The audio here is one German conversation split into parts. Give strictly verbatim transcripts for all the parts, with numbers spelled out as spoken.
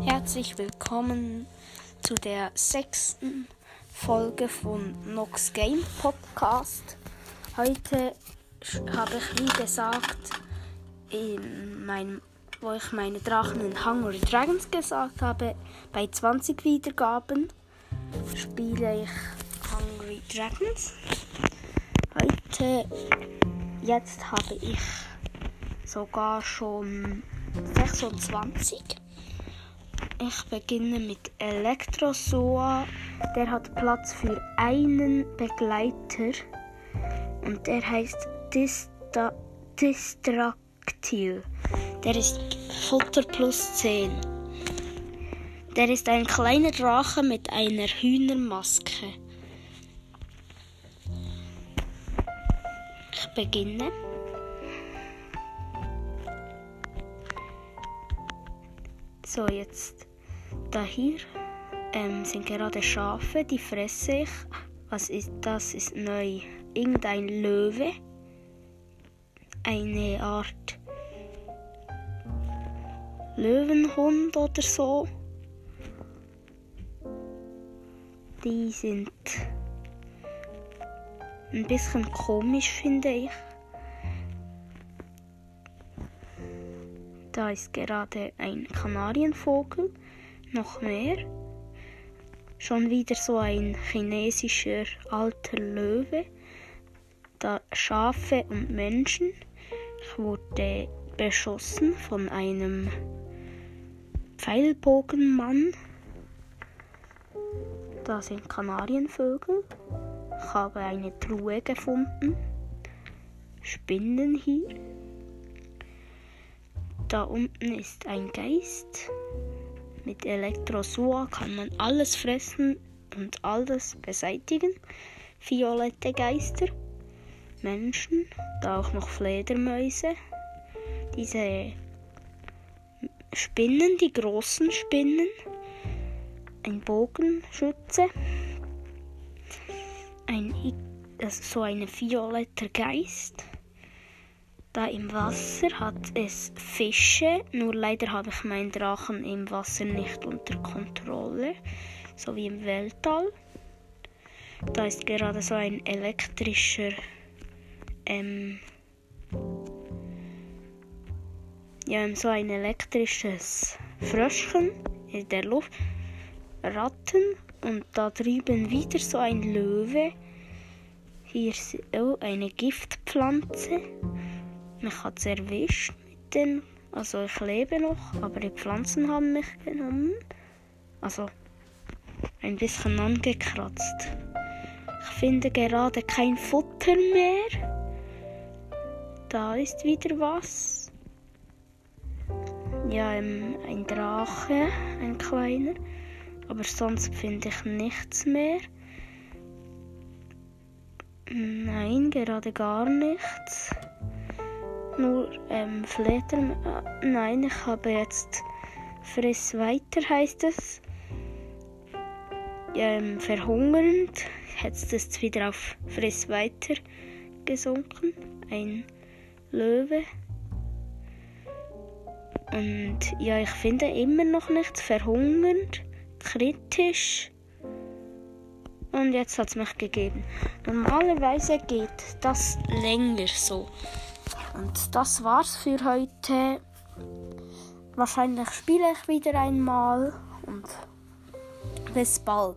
Herzlich willkommen zu der sechsten Folge von Nox Game Podcast. Heute habe ich, wie gesagt, in meinem, wo ich meine Drachen in Hungry Dragons gesagt habe, bei zwanzig Wiedergaben spiele ich Hungry Dragons. Heute, jetzt habe ich sogar schon sechsundzwanzig. Ich beginne mit Elektrozoa. Der hat Platz für einen Begleiter und der heißt Dista- Distraktil. Der ist Futter plus zehn. Der ist ein kleiner Drache mit einer Hühnermaske. Ich beginne. So, jetzt da hier ähm, sind gerade Schafe, die fresse ich. Was ist das? Ist neu. Irgendein Löwe. Eine Art Löwenhund oder so. Die sind ein bisschen komisch, finde ich. Da ist gerade ein Kanarienvogel, noch mehr. Schon wieder so ein chinesischer alter Löwe. Da Schafe und Menschen. Ich wurde beschossen von einem Pfeilbogenmann. Da sind Kanarienvögel. Ich habe eine Truhe gefunden. Spinnen hier. Da unten ist ein Geist. Mit Elektrozoa kann man alles fressen und alles beseitigen. Violette Geister, Menschen, da auch noch Fledermäuse. Diese Spinnen, die großen Spinnen. Ein Bogenschütze. Ein, also so ein violetter Geist. Da im Wasser hat es Fische, nur leider habe ich meinen Drachen im Wasser nicht unter Kontrolle, so wie im Weltall. Da ist gerade so ein elektrischer, ähm, ja, so ein elektrisches Fröschchen in der Luft, Ratten und da drüben wieder so ein Löwe. Hier ist oh, eine Giftpflanze. Mich hat es erwischt mit den, also ich lebe noch, aber die Pflanzen haben mich genommen. Also ein bisschen angekratzt. Ich finde gerade kein Futter mehr. Da ist wieder was. Ja, ein Drache, ein kleiner. Aber sonst finde ich nichts mehr. Nein, gerade gar nichts. Nur ähm, Fleder. Äh, nein, ich habe jetzt Friss weiter, heißt es. Ähm, verhungernd. Jetzt ist es wieder auf Friss weiter gesunken. Ein Löwe. Und ja, ich finde immer noch nichts. Verhungernd. Kritisch. Und jetzt hat es mich gegeben. Normalerweise geht das länger so. Und das war's für heute. Wahrscheinlich spiele ich wieder einmal und bis bald.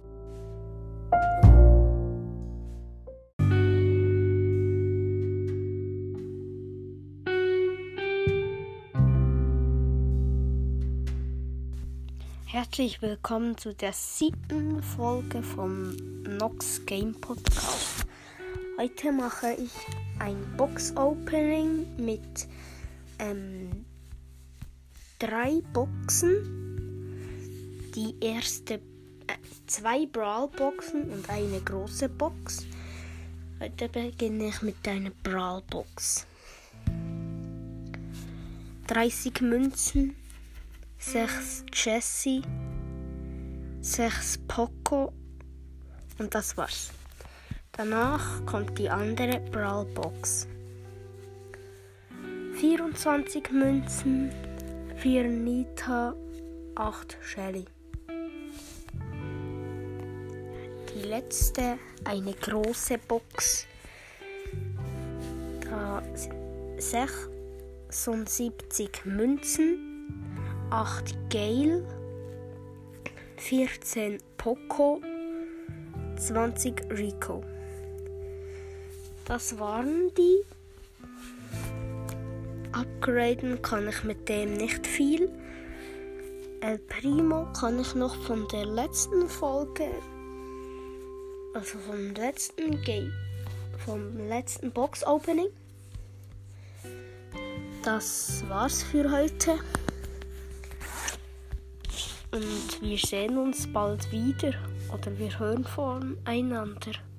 Herzlich willkommen zu der siebten Folge vom Nox Game Podcast. Heute mache ich ein Box-Opening mit ähm, drei Boxen. Die erste, äh, zwei Brawl-Boxen und eine große Box. Heute beginne ich mit einer Brawl-Box. dreißig Münzen, sechs Jessie, sechs Poco und das war's. Danach kommt die andere Brawl-Box. vierundzwanzig Münzen, vier Nita, acht Shelly. Die letzte, eine große Box. Da sind sechsundsiebzig Münzen, acht Gale, vierzehn Poco, zwanzig Rico. Das waren die. Upgraden kann ich mit dem nicht viel. El Primo kann ich noch von der letzten Folge, also vom letzten Game, vom letzten Box-Opening. Das war's für heute. Und wir sehen uns bald wieder oder wir hören voneinander.